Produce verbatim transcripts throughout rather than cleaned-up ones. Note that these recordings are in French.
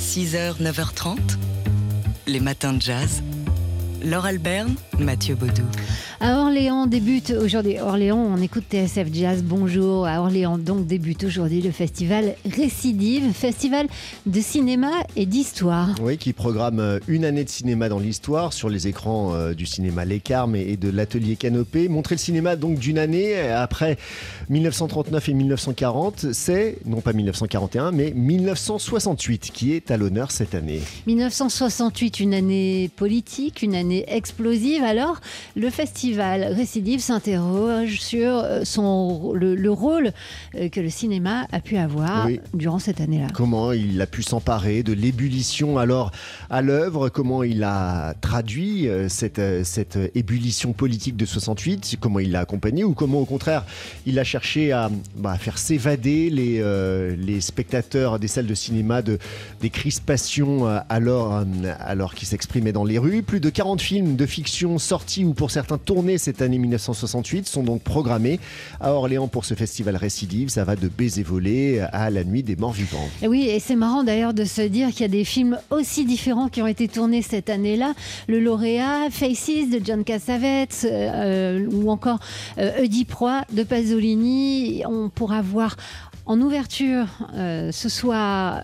six heures, neuf heures trente, les matins de jazz. Laure Alberne, Mathieu Baudou. À Orléans débute aujourd'hui, Orléans, on écoute T S F Jazz, bonjour. À Orléans donc débute aujourd'hui le festival Récidive, festival de cinéma et d'histoire. Oui, qui programme une année de cinéma dans l'histoire sur les écrans euh, du cinéma Les Carmes et de l'atelier Canopée. Montrer le cinéma donc d'une année après dix-neuf cent trente-neuf et dix-neuf cent quarante, c'est non pas dix-neuf cent quarante et un mais dix-neuf cent soixante-huit qui est à l'honneur cette année. dix-neuf cent soixante-huit, une année politique, une année explosive. Alors, le festival Récidive s'interroge sur son, le, le rôle que le cinéma a pu avoir oui. durant cette année-là. Comment il a pu s'emparer de l'ébullition alors à l'œuvre, comment il a traduit cette, cette ébullition politique de soixante-huit, comment il l'a accompagné ou comment au contraire il a cherché à bah, faire s'évader les, euh, les spectateurs des salles de cinéma de, des crispations alors, alors qu'ils s'exprimaient dans les rues. Plus de quarante films de fiction sortis ou pour certains tournés cette année dix-neuf cent soixante-huit sont donc programmés à Orléans pour ce festival Récidive. Ça va de Baiser volé à La nuit des morts vivants. Et oui, et c'est marrant d'ailleurs de se dire qu'il y a des films aussi différents qui ont été tournés cette année-là. Le lauréat, Faces de John Cassavetes euh, ou encore euh, Oedipe Roi de Pasolini. On pourra voir en ouverture euh, ce soir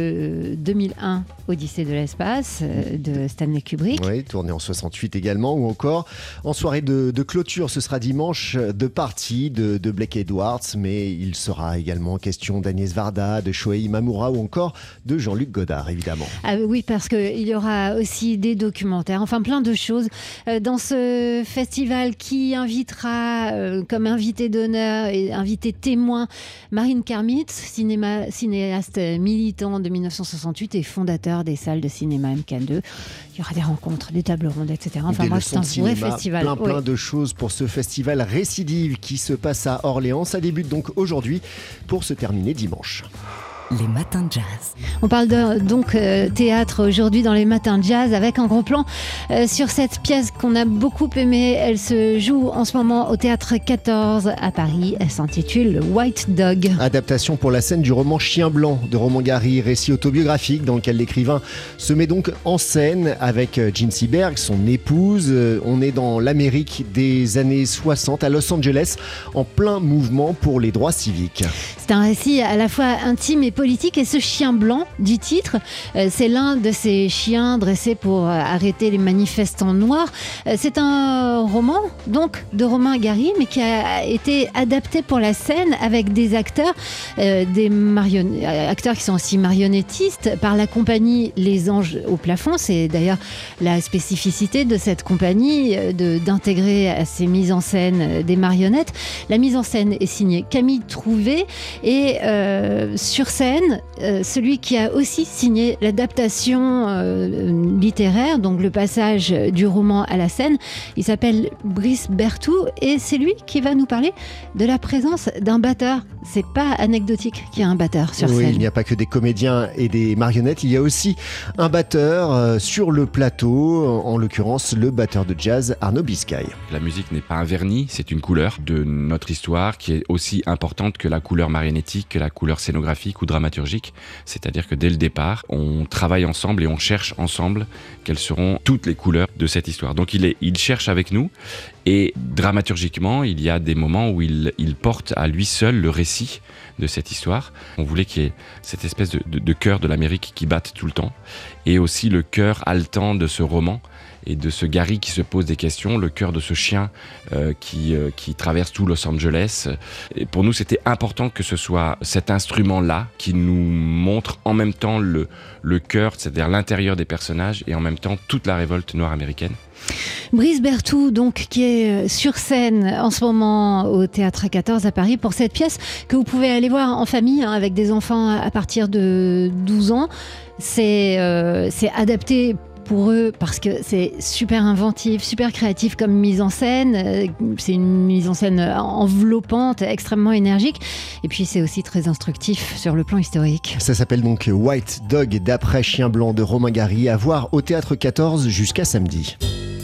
le deux mille un Odyssée de l'espace euh, de Stanley Kubrick. Oui, tourné en soixante-huit également, ou encore en soirée de, de clôture, ce sera dimanche, de Party de, de Blake Edwards, mais il sera également question d'Agnès Varda, de Shohei Imamura ou encore de Jean-Luc Godard, évidemment. Ah oui, parce qu'il y aura aussi des documentaires, enfin plein de choses euh, dans ce festival qui invitera euh, comme invité d'honneur et invité témoin Marine Karmitz, cinéma, cinéaste militant de dix-neuf cent soixante-huit et fondateur des salles de cinéma M K deux. Il y aura des rencontres, des tables rondes, et cetera. Enfin, moi, c'est un vrai festival. Plein, plein oui. de choses pour ce festival Récidive qui se passe à Orléans. Ça débute donc aujourd'hui pour se terminer dimanche. Les matins de jazz. On parle de, donc euh, théâtre aujourd'hui dans les matins de jazz avec un gros plan euh, sur cette pièce qu'on a beaucoup aimée. Elle se joue en ce moment au théâtre quatorze à Paris. Elle s'intitule White Dog. Adaptation pour la scène du roman Chien blanc de Romain Gary, récit autobiographique dans lequel l'écrivain se met donc en scène avec Jean Seberg, son épouse. On est dans l'Amérique des années soixante à Los Angeles, en plein mouvement pour les droits civiques. C'est un récit à la fois intime et politique, et ce chien blanc du titre, euh, c'est l'un de ces chiens dressés pour euh, arrêter les manifestants noirs. Euh, c'est un roman donc de Romain Gary, mais qui a été adapté pour la scène avec des acteurs, euh, des marion- acteurs qui sont aussi marionnettistes par la compagnie Les Anges au plafond. C'est d'ailleurs la spécificité de cette compagnie euh, de, d'intégrer à ces mises en scène euh, des marionnettes. La mise en scène est signée Camille Trouvé et euh, sur scène, Euh, celui qui a aussi signé l'adaptation euh, littéraire, donc le passage du roman à la scène, il s'appelle Brice Berthoud et c'est lui qui va nous parler de la présence d'un batteur. C'est pas anecdotique qu'il y a un batteur sur oui, scène. Il n'y a pas que des comédiens et des marionnettes, il y a aussi un batteur euh, sur le plateau, en l'occurrence le batteur de jazz Arnaud Biscay. La musique n'est pas un vernis, c'est une couleur de notre histoire qui est aussi importante que la couleur marionnettique, que la couleur scénographique ou dramaturgique. C'est-à-dire que dès le départ, on travaille ensemble et on cherche ensemble quelles seront toutes les couleurs de cette histoire. Donc il, est, il cherche avec nous et dramaturgiquement, il y a des moments où il, il porte à lui seul le récit de cette histoire. On voulait qu'il y ait cette espèce de, de, de cœur de l'Amérique qui batte tout le temps et aussi le cœur haletant de ce roman et de ce Gary qui se pose des questions, le cœur de ce chien euh, qui, euh, qui traverse tout Los Angeles. Et pour nous, c'était important que ce soit cet instrument-là qui nous montre en même temps le, le cœur, c'est-à-dire l'intérieur des personnages, et en même temps toute la révolte noire américaine. Brice Berthoud, donc, qui est sur scène en ce moment au Théâtre quatorze à Paris pour cette pièce que vous pouvez aller voir en famille, hein, avec des enfants à partir de douze ans. C'est, euh, c'est adapté pour eux parce que c'est super inventif, super créatif comme mise en scène. C'est une mise en scène enveloppante, extrêmement énergique. Et puis c'est aussi très instructif sur le plan historique. Ça s'appelle donc White Dog d'après Chien blanc de Romain Gary, à voir au Théâtre quatorze jusqu'à samedi.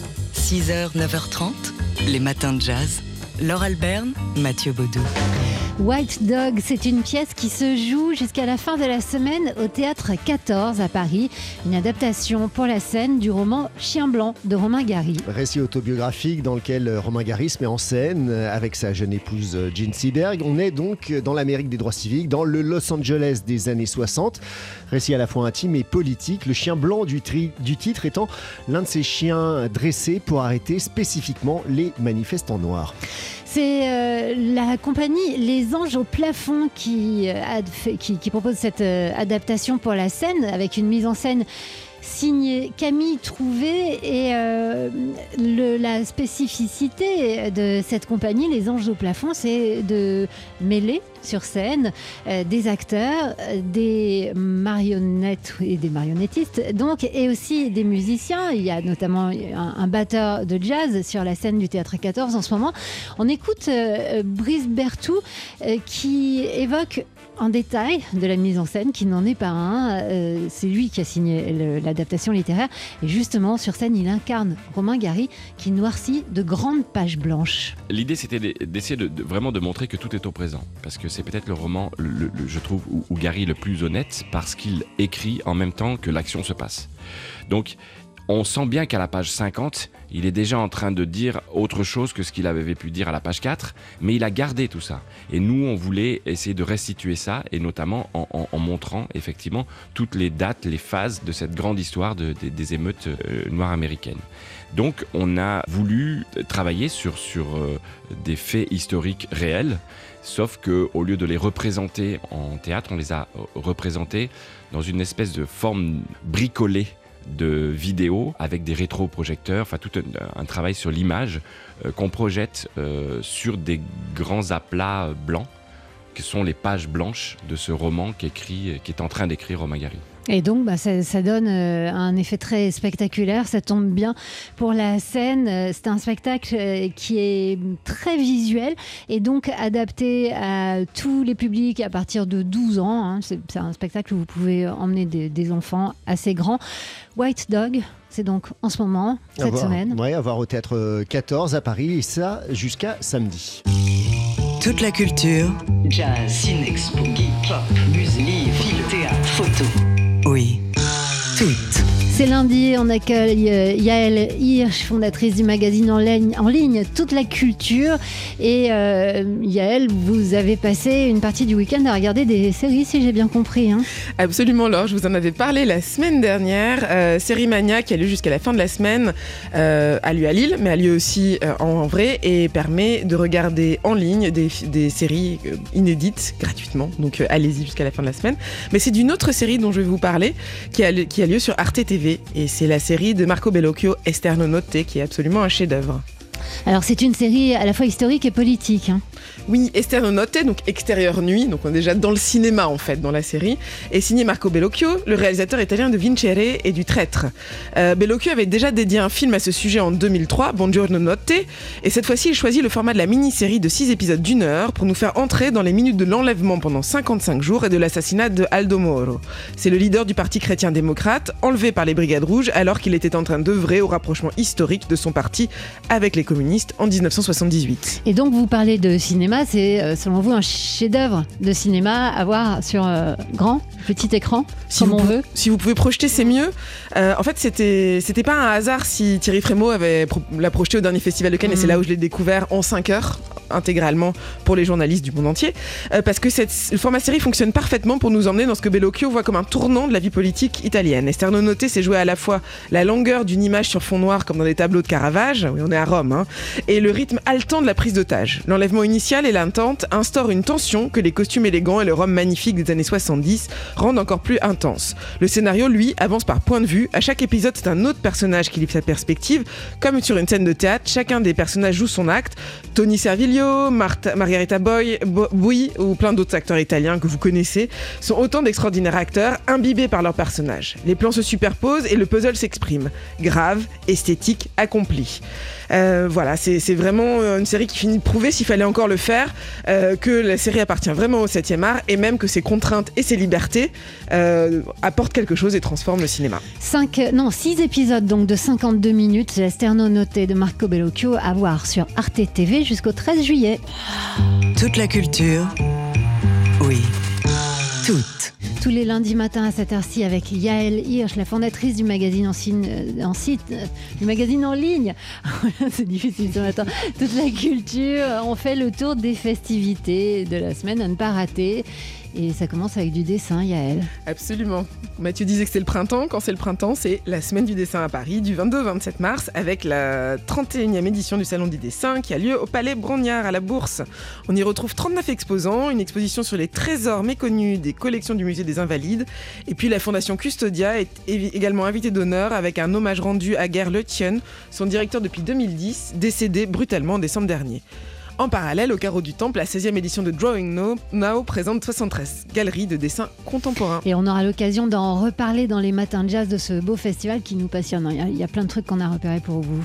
six heures, neuf heures trente, les matins de jazz. Laure Alberne, Mathieu Baudou. White Dog, c'est une pièce qui se joue jusqu'à la fin de la semaine au Théâtre quatorze à Paris. Une adaptation pour la scène du roman Chien blanc de Romain Gary. Récit autobiographique dans lequel Romain Gary se met en scène avec sa jeune épouse Jean Seberg. On est donc dans l'Amérique des droits civiques, dans le Los Angeles des années soixante. Récit à la fois intime et politique. Le chien blanc du, tri- du titre étant l'un de ces chiens dressés pour arrêter spécifiquement les manifestants noirs. C'est euh, la compagnie Les Anges au plafond qui, euh, a fait, qui, qui propose cette euh, adaptation pour la scène avec une mise en scène signée Camille Trouvé et euh, le, la spécificité de cette compagnie, Les Anges au plafond, c'est de mêler sur scène euh, des acteurs, des marionnettes et des marionnettistes, donc, et aussi des musiciens. Il y a notamment un, un batteur de jazz sur la scène du Théâtre quatorze en ce moment. On écoute euh, Brice Berthoud euh, qui évoque en détail de la mise en scène, qui n'en est pas un. Euh, c'est lui qui a signé le, l'adaptation littéraire. Et justement, sur scène, il incarne Romain Gary, qui noircit de grandes pages blanches. L'idée, c'était d'essayer de, de, vraiment de montrer que tout est au présent. Parce que c'est peut-être le roman, le, le, je trouve, où, où Gary est le plus honnête, parce qu'il écrit en même temps que l'action se passe. Donc, on sent bien qu'à la page cinquante, il est déjà en train de dire autre chose que ce qu'il avait pu dire à la page quatre, mais il a gardé tout ça. Et nous, on voulait essayer de restituer ça, et notamment en, en, en montrant effectivement toutes les dates, les phases de cette grande histoire de, de, des émeutes euh, noires américaines. Donc, on a voulu travailler sur, sur euh, des faits historiques réels, sauf qu'au lieu de les représenter en théâtre, on les a représentés dans une espèce de forme bricolée de vidéos avec des rétroprojecteurs, enfin tout un, un travail sur l'image euh, qu'on projette euh, sur des grands aplats blancs, qui sont les pages blanches de ce roman qu'écrit, qui est en train d'écrire Romain Gary. Et donc, bah, ça, ça donne euh, un effet très spectaculaire. Ça tombe bien pour la scène. C'est un spectacle euh, qui est très visuel et donc adapté à tous les publics à partir de douze ans. Hein. C'est, c'est un spectacle où vous pouvez emmener des, des enfants assez grands. White Dog, c'est donc en ce moment, cette à voir, semaine. Oui, à voir au Théâtre quatorze à Paris, et ça jusqu'à samedi. Toute la culture. Jazz, ciné-expo, geek, pop, musique, livre, film, théâtre, photo. Oui, toutes. C'est lundi, on accueille Yaël Hirsch, fondatrice du magazine en ligne, en ligne Toute la culture. Et euh, Yaël, vous avez passé une partie du week-end à regarder des séries, si j'ai bien compris. Hein. Absolument, Laure, je vous en avais parlé la semaine dernière. Euh, Série Mania, qui a lieu jusqu'à la fin de la semaine, euh, a lieu à Lille, mais a lieu aussi euh, en vrai, et permet de regarder en ligne des, des séries euh, inédites gratuitement. Donc euh, allez-y jusqu'à la fin de la semaine. Mais c'est d'une autre série dont je vais vous parler, qui a, qui a lieu sur Arte T V. Et c'est la série de Marco Bellocchio, Esterno Notte, qui est absolument un chef-d'œuvre. Alors c'est une série à la fois historique et politique. Hein. Oui, Esterno Notte, donc Extérieure Nuit, donc on est déjà dans le cinéma en fait, dans la série, est signé Marco Bellocchio, le réalisateur italien de Vincere et du Traître. Euh, Bellocchio avait déjà dédié un film à ce sujet en deux mille trois, Buongiorno Notte, et cette fois-ci il choisit le format de la mini-série de six épisodes d'une heure pour nous faire entrer dans les minutes de l'enlèvement pendant cinquante-cinq jours et de l'assassinat de Aldo Moro. C'est le leader du parti chrétien-démocrate, enlevé par les Brigades Rouges alors qu'il était en train d'œuvrer au rapprochement historique de son parti avec les communistes en dix-neuf cent soixante-dix-huit. Et donc vous parlez de cinéma, c'est selon vous un chef-d'œuvre de cinéma à voir sur euh, grand, petit écran, si comme on vous, veut. Si vous pouvez projeter, c'est mieux. Euh, en fait, c'était, c'était pas un hasard si Thierry Frémaux avait pro- l'a projeté au dernier festival de Cannes, mmh. et c'est là où je l'ai découvert en cinq heures, intégralement pour les journalistes du monde entier, euh, parce que cette, le format série fonctionne parfaitement pour nous emmener dans ce que Bellocchio voit comme un tournant de la vie politique italienne. Esterno Notte, c'est jouer à la fois la longueur d'une image sur fond noir comme dans des tableaux de Caravage, oui on est à Rome, hein, et le rythme haletant de la prise d'otage. L'enlèvement initial et l'intente instaurent une tension que les costumes élégants et le Rome magnifique des années soixante-dix rendent encore plus intense. Le scénario, lui, avance par point de vue. À chaque épisode, c'est un autre personnage qui livre sa perspective. Comme sur une scène de théâtre, chacun des personnages joue son acte. Tony Servilio, Marta, Margherita Boy, Bo, Bui ou plein d'autres acteurs italiens que vous connaissez sont autant d'extraordinaires acteurs imbibés par leurs personnages. Les plans se superposent et le puzzle s'exprime. Grave, esthétique, accompli. Euh, voilà, c'est, c'est vraiment une série qui finit de prouver, s'il fallait encore le faire, euh, que la série appartient vraiment au septième art et même que ses contraintes et ses libertés euh, apportent quelque chose et transforment le cinéma. Cinq, non, six épisodes donc de cinquante-deux minutes, l'Esterno Notte de Marco Bellocchio à voir sur Arte T V jusqu'au treize juillet. Toute la culture, oui, toute. Tous les lundis matins à cette heure-ci avec Yael Hirsch, la fondatrice du magazine en, signe, en site, euh, du magazine en ligne. C'est difficile ce matin. Toute la culture, on fait le tour des festivités de la semaine à ne pas rater. Et ça commence avec du dessin, Yael. Absolument. Mathieu disait que c'est le printemps. Quand c'est le printemps, c'est la semaine du dessin à Paris, du vingt-deux au vingt-sept mars, avec la trente et unième édition du Salon du dessin qui a lieu au Palais Brongniart à la Bourse. On y retrouve trente-neuf exposants, une exposition sur les trésors méconnus des collections du Musée des Invalides. Et puis la Fondation Custodia est également invitée d'honneur avec un hommage rendu à Ger Lötjen, son directeur depuis deux mille dix, décédé brutalement en décembre dernier. En parallèle, au Carreau du Temple, la seizième édition de Drawing Now, Now présente soixante-treize galeries de dessins contemporains. Et on aura l'occasion d'en reparler dans les matins de jazz de ce beau festival qui nous passionne. Il y a, il y a plein de trucs qu'on a repérés pour vous.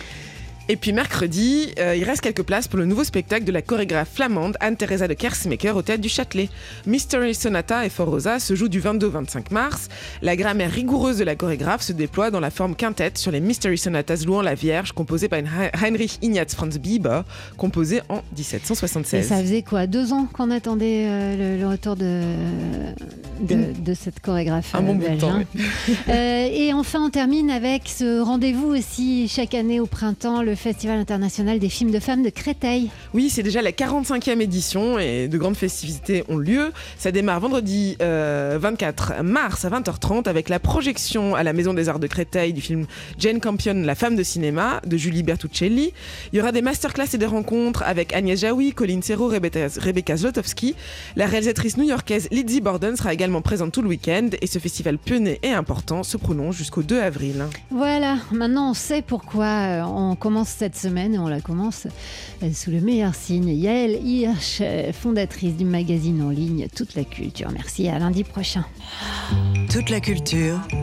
Et puis mercredi, euh, il reste quelques places pour le nouveau spectacle de la chorégraphe flamande Anne-Theresa de Kersmaker au Théâtre du Châtelet. Mystery Sonata et For Rosa se jouent du vingt-deux au vingt-cinq mars. La grammaire rigoureuse de la chorégraphe se déploie dans la forme quintette sur les Mystery Sonatas louant la Vierge, composées par Heinrich Ignaz Franz Bieber, composé en dix-sept cent soixante-seize. Et ça faisait quoi, deux ans qu'on attendait euh, le, le retour de, de, de cette chorégraphe Un bon belge, bout de temps, hein. oui. euh, Et enfin, on termine avec ce rendez-vous aussi chaque année au printemps, le Festival international des films de femmes de Créteil. Oui, c'est déjà la quarante-cinquième édition et de grandes festivités ont lieu. Ça démarre vendredi euh, vingt-quatre mars à vingt heures trente avec la projection à la Maison des Arts de Créteil du film Jane Campion, La femme de cinéma de Julie Bertuccelli. Il y aura des masterclass et des rencontres avec Agnès Jaoui, Colline Serrault, Rebecca, Rebecca Zlotowski. La réalisatrice new-yorkaise Lizzie Borden sera également présente tout le week-end et ce festival pionnier et important se prolonge jusqu'au deux avril. Voilà, maintenant on sait pourquoi on commence cette semaine et on la commence sous le meilleur signe. Yael Hirsch, fondatrice du magazine en ligne Toute la culture. Merci, à lundi prochain. Toute la culture,